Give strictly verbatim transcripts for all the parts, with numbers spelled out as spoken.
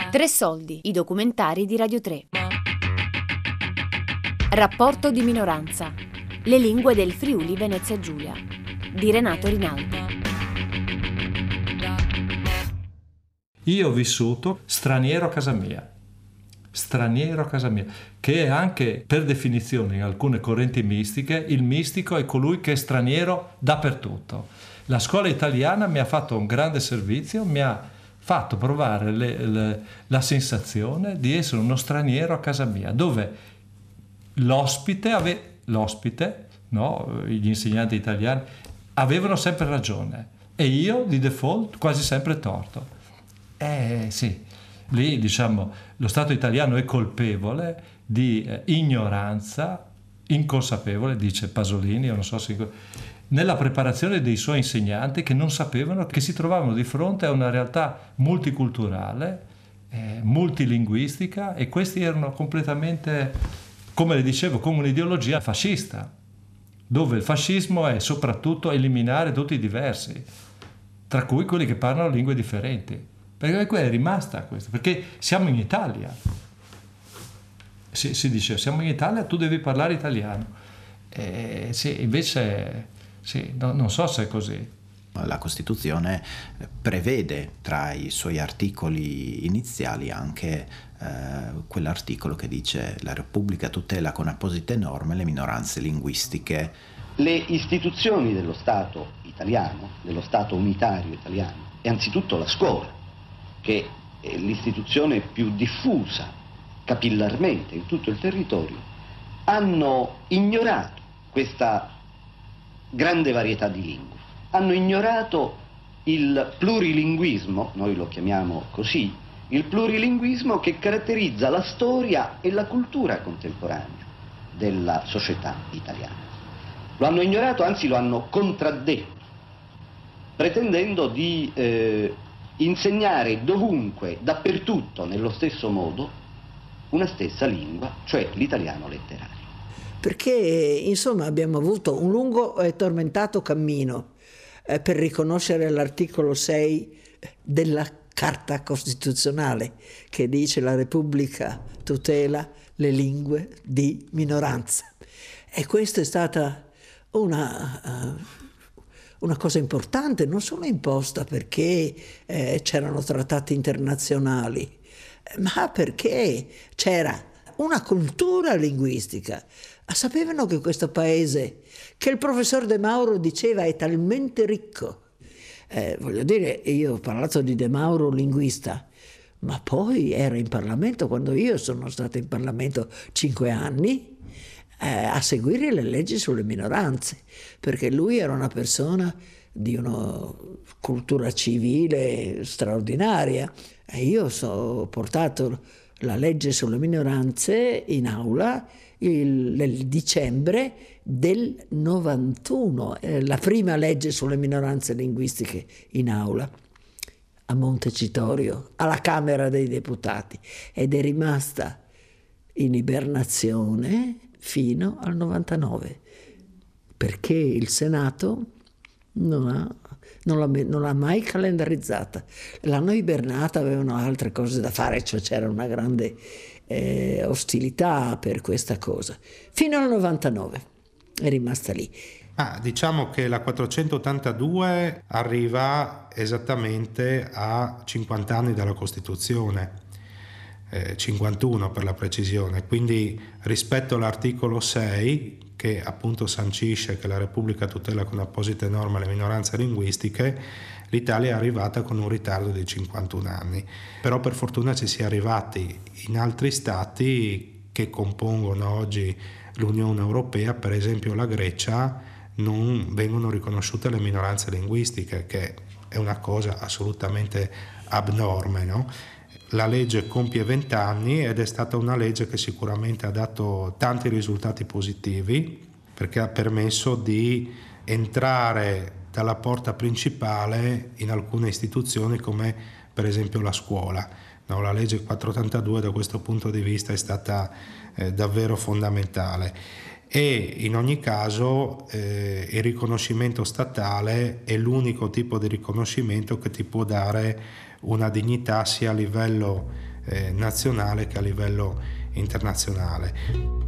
Tre soldi, i documentari di Radio tre. Rapporto di minoranza. Le lingue del Friuli Venezia Giulia di Renato Rinaldi. Io ho vissuto straniero a casa mia. Straniero a casa mia, che è anche per definizione in alcune correnti mistiche il mistico è colui che è straniero dappertutto. La scuola italiana mi ha fatto un grande servizio, mi ha fatto provare le, le, la sensazione di essere uno straniero a casa mia, dove l'ospite, ave, l'ospite no, gli insegnanti italiani avevano sempre ragione e io di default quasi sempre torto. Eh sì. Lì, diciamo, lo Stato italiano è colpevole di eh, ignoranza inconsapevole, dice Pasolini, io non so se... nella preparazione dei suoi insegnanti che non sapevano che si trovavano di fronte a una realtà multiculturale, eh, multilinguistica, e questi erano completamente, come le dicevo, come un'ideologia fascista, dove il fascismo è soprattutto eliminare tutti i diversi, tra cui quelli che parlano lingue differenti. Perché qui è rimasta questa, perché siamo in Italia. Si, si dice, siamo in Italia, tu devi parlare italiano. E sì, invece, sì, no, non so se è così. La Costituzione prevede tra i suoi articoli iniziali anche eh, quell'articolo che dice: la Repubblica tutela con apposite norme le minoranze linguistiche. Le istituzioni dello Stato italiano, dello Stato unitario italiano, e anzitutto la scuola, che è l'istituzione più diffusa capillarmente in tutto il territorio, hanno ignorato questa grande varietà di lingue, hanno ignorato il plurilinguismo, noi lo chiamiamo così, il plurilinguismo che caratterizza la storia e la cultura contemporanea della società italiana. Lo hanno ignorato, anzi lo hanno contraddetto, pretendendo di eh, insegnare dovunque, dappertutto, nello stesso modo, una stessa lingua, cioè l'italiano letterario. Perché, insomma, abbiamo avuto un lungo e tormentato cammino eh, per riconoscere l'articolo sei della Carta Costituzionale, che dice: la Repubblica tutela le lingue di minoranza. E questa è stata una... Uh, una cosa importante, non solo imposta perché eh, c'erano trattati internazionali, ma perché c'era una cultura linguistica. Sapevano che questo paese, che il professor De Mauro diceva è talmente ricco, eh, voglio dire, io ho parlato di De Mauro linguista, ma poi era in Parlamento quando io sono stata in Parlamento cinque anni, Eh, a seguire le leggi sulle minoranze, perché lui era una persona di una cultura civile straordinaria e io so, ho portato la legge sulle minoranze in aula il, nel dicembre del novantuno, eh, la prima legge sulle minoranze linguistiche in aula a Montecitorio, alla Camera dei Deputati, ed è rimasta in ibernazione fino al novantanove, perché il Senato non, ha, non, l'ha, non l'ha mai calendarizzata. L'hanno ibernata, avevano altre cose da fare, cioè c'era una grande eh, ostilità per questa cosa. Fino al novantanove è rimasta lì. Ah, diciamo che la quattrocentottantadue arriva esattamente a cinquanta anni dalla Costituzione. Eh, cinquantuno per la precisione, quindi rispetto all'articolo sei che appunto sancisce che la Repubblica tutela con apposite norme le minoranze linguistiche, l'Italia è arrivata con un ritardo di cinquantuno anni, però per fortuna ci si è arrivati. In altri stati che compongono oggi l'Unione Europea, per esempio la Grecia, non vengono riconosciute le minoranze linguistiche, che è una cosa assolutamente abnorme, no? La legge compie venti anni ed è stata una legge che sicuramente ha dato tanti risultati positivi, perché ha permesso di entrare dalla porta principale in alcune istituzioni come per esempio la scuola. No, la legge quattrocentottantadue da questo punto di vista è stata eh, davvero fondamentale. E in ogni caso eh, il riconoscimento statale è l'unico tipo di riconoscimento che ti può dare una dignità sia a livello eh, nazionale che a livello internazionale.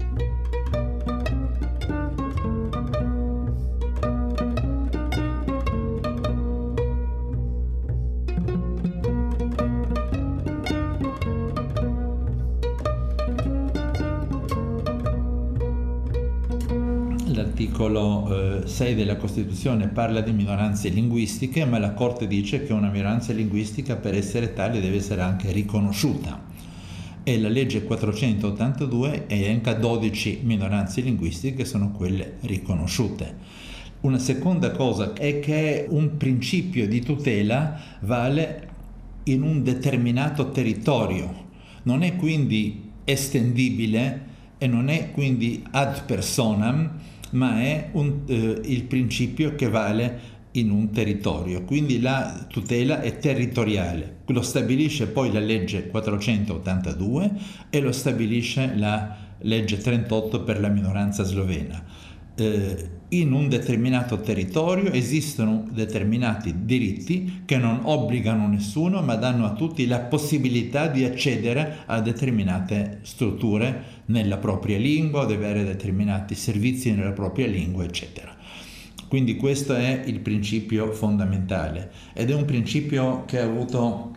L'articolo eh, sei della Costituzione parla di minoranze linguistiche, ma la Corte dice che una minoranza linguistica per essere tale deve essere anche riconosciuta, e la legge quattrocentottantadue elenca dodici minoranze linguistiche che sono quelle riconosciute. Una seconda cosa è che un principio di tutela vale in un determinato territorio, non è quindi estendibile e non è quindi ad personam, ma è un, eh, il principio che vale in un territorio, quindi la tutela è territoriale. Lo stabilisce poi la legge quattrocentottantadue e lo stabilisce la legge trentotto per la minoranza slovena. Eh, in un determinato territorio esistono determinati diritti che non obbligano nessuno, ma danno a tutti la possibilità di accedere a determinate strutture nella propria lingua, di avere determinati servizi nella propria lingua, eccetera. Quindi questo è il principio fondamentale, ed è un principio che ha avuto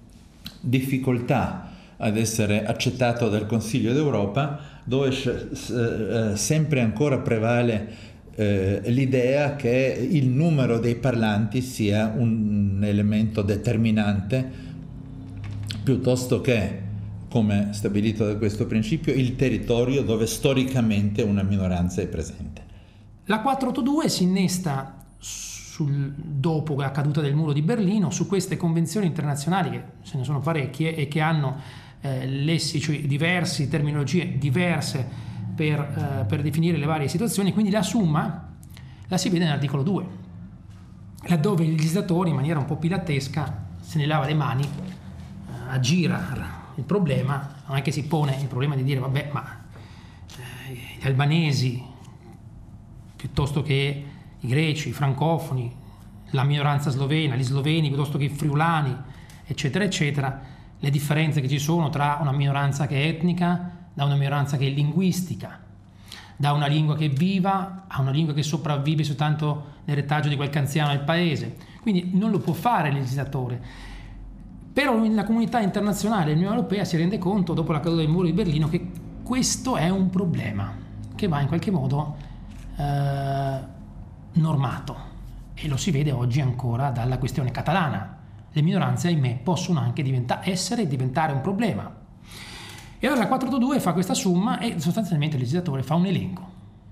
difficoltà ad essere accettato dal Consiglio d'Europa, dove eh, sempre ancora prevale eh, l'idea che il numero dei parlanti sia un elemento determinante, piuttosto che, come stabilito da questo principio, il territorio dove storicamente una minoranza è presente. La quattrocentottantadue si innesta sul, dopo la caduta del muro di Berlino, su queste convenzioni internazionali, che se ne sono parecchie e che hanno eh, lessici diversi, terminologie diverse per, eh, per definire le varie situazioni. Quindi la summa la si vede nell'articolo due, laddove il legislatore in maniera un po' pilatesca se ne lava le mani, eh, aggira il problema, non è che si pone il problema di dire vabbè, ma eh, gli albanesi piuttosto che i greci, i francofoni, la minoranza slovena, gli sloveni piuttosto che i friulani, eccetera, eccetera, le differenze che ci sono tra una minoranza che è etnica, da una minoranza che è linguistica, da una lingua che è viva a una lingua che sopravvive soltanto nel retaggio di qualche anziano del paese. Quindi non lo può fare il legislatore. Però la comunità internazionale, l'Unione Europea, si rende conto, dopo la caduta del muro di Berlino, che questo è un problema che va in qualche modo Eh, normato, e lo si vede oggi ancora dalla questione catalana. Le minoranze, ahimè, possono anche diventa- essere e diventare un problema. E allora la quattrocentottantadue fa questa somma e sostanzialmente il legislatore fa un elenco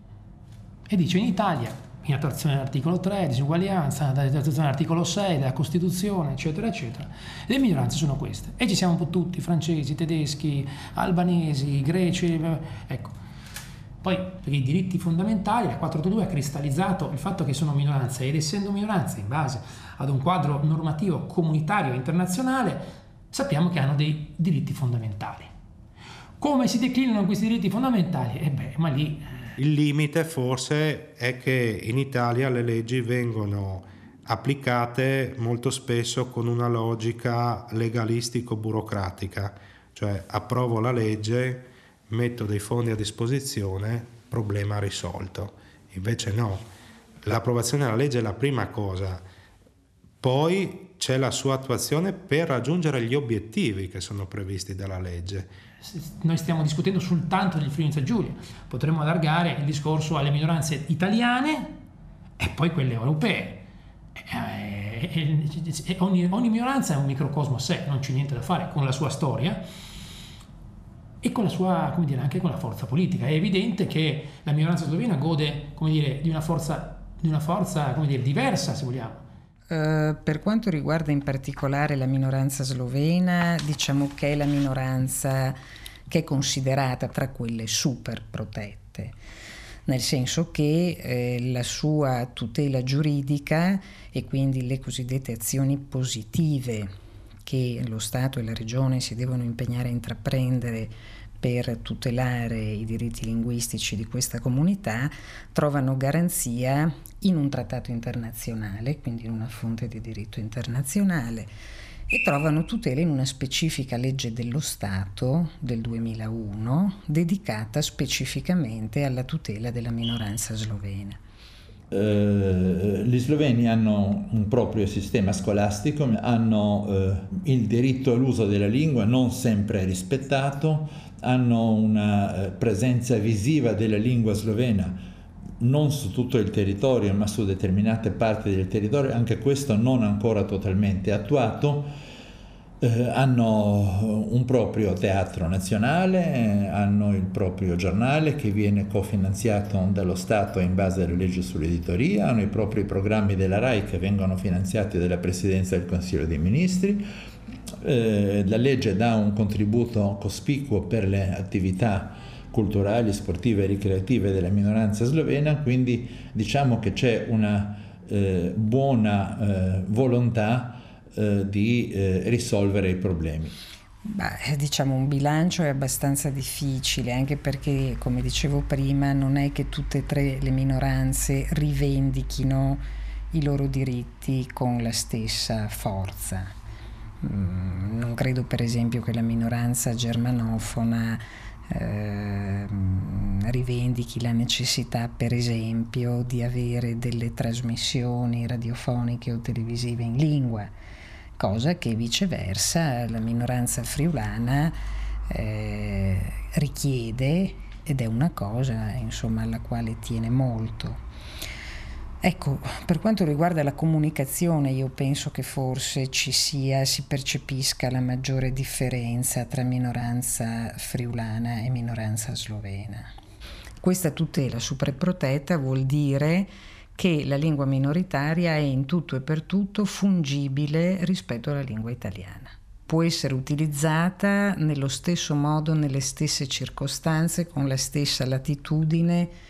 e dice: in Italia, in attuazione dell'articolo tre, disuguaglianza, in attuazione dell'articolo sei della Costituzione, eccetera, eccetera, le minoranze sono queste. E ci siamo un po' tutti, francesi, tedeschi, albanesi, greci, ecco. Poi, per i diritti fondamentali, la quattrocentottantadue ha cristallizzato il fatto che sono minoranze, ed essendo minoranze in base ad un quadro normativo comunitario e internazionale, sappiamo che hanno dei diritti fondamentali. Come si declinano questi diritti fondamentali? E beh, ma lì... Il limite forse è che in Italia le leggi vengono applicate molto spesso con una logica legalistico-burocratica, cioè approvo la legge, metto dei fondi a disposizione, problema risolto. Invece no, l'approvazione della legge è la prima cosa, poi c'è la sua attuazione per raggiungere gli obiettivi che sono previsti dalla legge. Noi stiamo discutendo soltanto del Friuli Venezia Giulia, potremmo allargare il discorso alle minoranze italiane e poi quelle europee. E, e, e ogni, ogni minoranza è un microcosmo a sé, non c'è niente da fare, con la sua storia e con la sua, come dire, anche con la forza politica. È evidente che la minoranza slovena gode, come dire, di una forza, di una forza, come dire, diversa, se vogliamo. Uh, per quanto riguarda in particolare la minoranza slovena, diciamo che è la minoranza che è considerata tra quelle super protette, nel senso che eh, la sua tutela giuridica e quindi le cosiddette azioni positive che lo Stato e la Regione si devono impegnare a intraprendere per tutelare i diritti linguistici di questa comunità trovano garanzia in un trattato internazionale, quindi in una fonte di diritto internazionale, e trovano tutela in una specifica legge dello Stato del duemilauno dedicata specificamente alla tutela della minoranza slovena. Uh, gli sloveni hanno un proprio sistema scolastico, hanno uh, il diritto all'uso della lingua non sempre rispettato, hanno una uh, presenza visiva della lingua slovena non su tutto il territorio ma su determinate parti del territorio, anche questo non ancora totalmente attuato. Eh, hanno un proprio teatro nazionale, eh, hanno il proprio giornale che viene cofinanziato dallo Stato in base alla legge sull'editoria, hanno i propri programmi della RAI che vengono finanziati dalla Presidenza del Consiglio dei Ministri. Eh, la legge dà un contributo cospicuo per le attività culturali, sportive e ricreative della minoranza slovena, quindi diciamo che c'è una eh, buona eh, volontà eh, di eh, risolvere i problemi. Beh, diciamo un bilancio è abbastanza difficile, anche perché, come dicevo prima, non è che tutte e tre le minoranze rivendichino i loro diritti con la stessa forza. Mm, non credo per esempio che la minoranza germanofona Eh, rivendichi la necessità, per esempio, di avere delle trasmissioni radiofoniche o televisive in lingua, cosa che viceversa la minoranza friulana eh, richiede, ed è una cosa, insomma, alla quale tiene molto. Ecco, per quanto riguarda la comunicazione, io penso che forse ci sia, si percepisca la maggiore differenza tra minoranza friulana e minoranza slovena. Questa tutela superprotetta vuol dire che la lingua minoritaria è in tutto e per tutto fungibile rispetto alla lingua italiana. Può essere utilizzata nello stesso modo, nelle stesse circostanze, con la stessa latitudine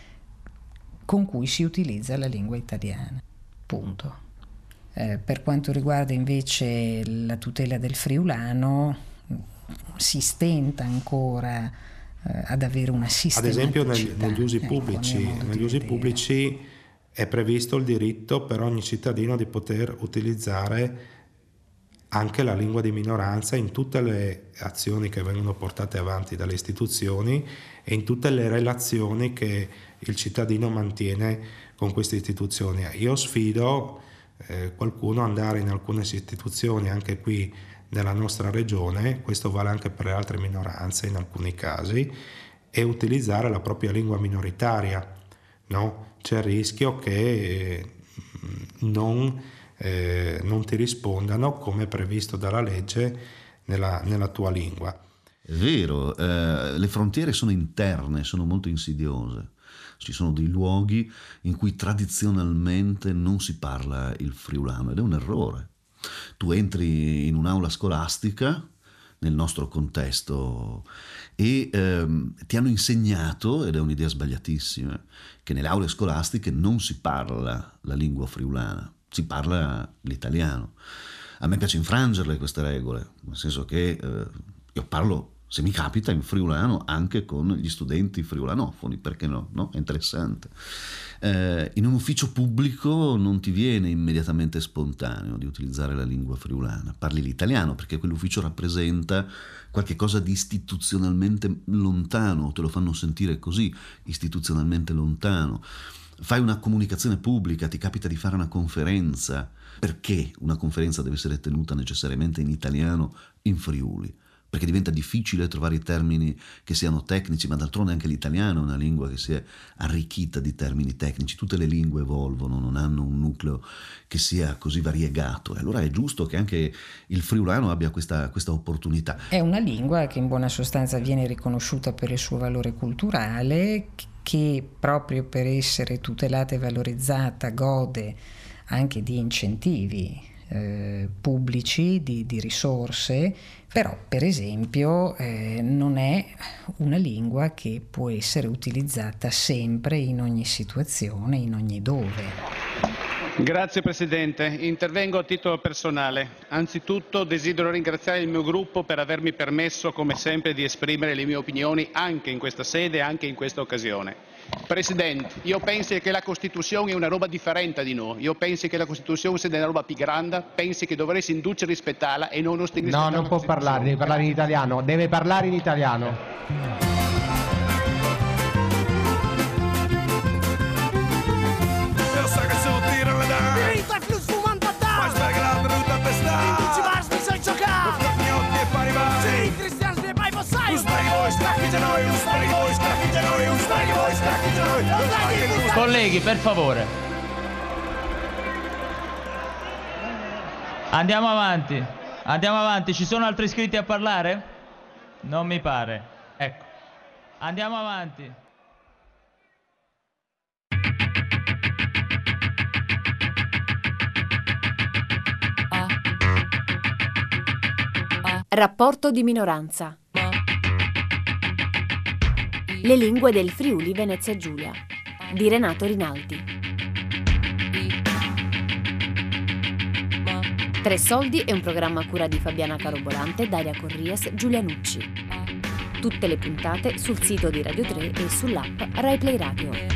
con cui si utilizza la lingua italiana. Punto. Eh, per quanto riguarda invece la tutela del friulano, si stenta ancora eh, ad avere una sistematicità. Ad esempio nel, negli usi pubblici, ecco, negli usi pubblici è previsto il diritto per ogni cittadino di poter utilizzare anche la lingua di minoranza in tutte le azioni che vengono portate avanti dalle istituzioni e in tutte le relazioni che il cittadino mantiene con queste istituzioni. Io sfido eh, qualcuno ad andare in alcune istituzioni, anche qui nella nostra regione, questo vale anche per le altre minoranze in alcuni casi, e utilizzare la propria lingua minoritaria, no? C'è il rischio che eh, non, eh, non ti rispondano come previsto dalla legge nella, nella tua lingua. È vero, eh, le frontiere sono interne, sono molto insidiose. Ci sono dei luoghi in cui tradizionalmente non si parla il friulano ed è un errore. Tu entri in un'aula scolastica, nel nostro contesto, e ehm, ti hanno insegnato, ed è un'idea sbagliatissima, che nelle aule scolastiche non si parla la lingua friulana, si parla l'italiano. A me piace infrangerle queste regole, nel senso che eh, io parlo, se mi capita, in friulano anche con gli studenti friulanofoni, perché no? No? È interessante. Eh, in un ufficio pubblico non ti viene immediatamente spontaneo di utilizzare la lingua friulana, parli l'italiano perché quell'ufficio rappresenta qualche cosa di istituzionalmente lontano, te lo fanno sentire così, istituzionalmente lontano. Fai una comunicazione pubblica, ti capita di fare una conferenza, perché una conferenza deve essere tenuta necessariamente in italiano in Friuli? Perché diventa difficile trovare i termini che siano tecnici, ma d'altronde anche l'italiano è una lingua che si è arricchita di termini tecnici. Tutte le lingue evolvono, non hanno un nucleo che sia così variegato. E allora è giusto che anche il friulano abbia questa, questa opportunità. È una lingua che in buona sostanza viene riconosciuta per il suo valore culturale, che proprio per essere tutelata e valorizzata gode anche di incentivi Eh, pubblici, di, di risorse, però per esempio eh, non è una lingua che può essere utilizzata sempre in ogni situazione, in ogni dove. Grazie Presidente, intervengo a titolo personale. Anzitutto desidero ringraziare il mio gruppo per avermi permesso, come sempre, di esprimere le mie opinioni anche in questa sede e anche in questa occasione. Presidente, io penso che la Costituzione è una roba differente di noi. Io penso che la Costituzione sia una roba più grande, penso che dovresti indurci a rispettarla e non ostini No, non può parlare, deve parlare in italiano, deve parlare in italiano. Colleghi, per favore. Andiamo avanti. Andiamo avanti. Ci sono altri iscritti a parlare? Non mi pare. Ecco. Andiamo avanti. Rapporto di minoranza. Le lingue del Friuli Venezia Giulia di Renato Rinaldi. Tre soldi è un programma a cura di Fabiana Carobolante, Daria Corries, Giulia Nucci. Tutte le puntate sul sito di Radio tre e sull'app Rai Play Radio.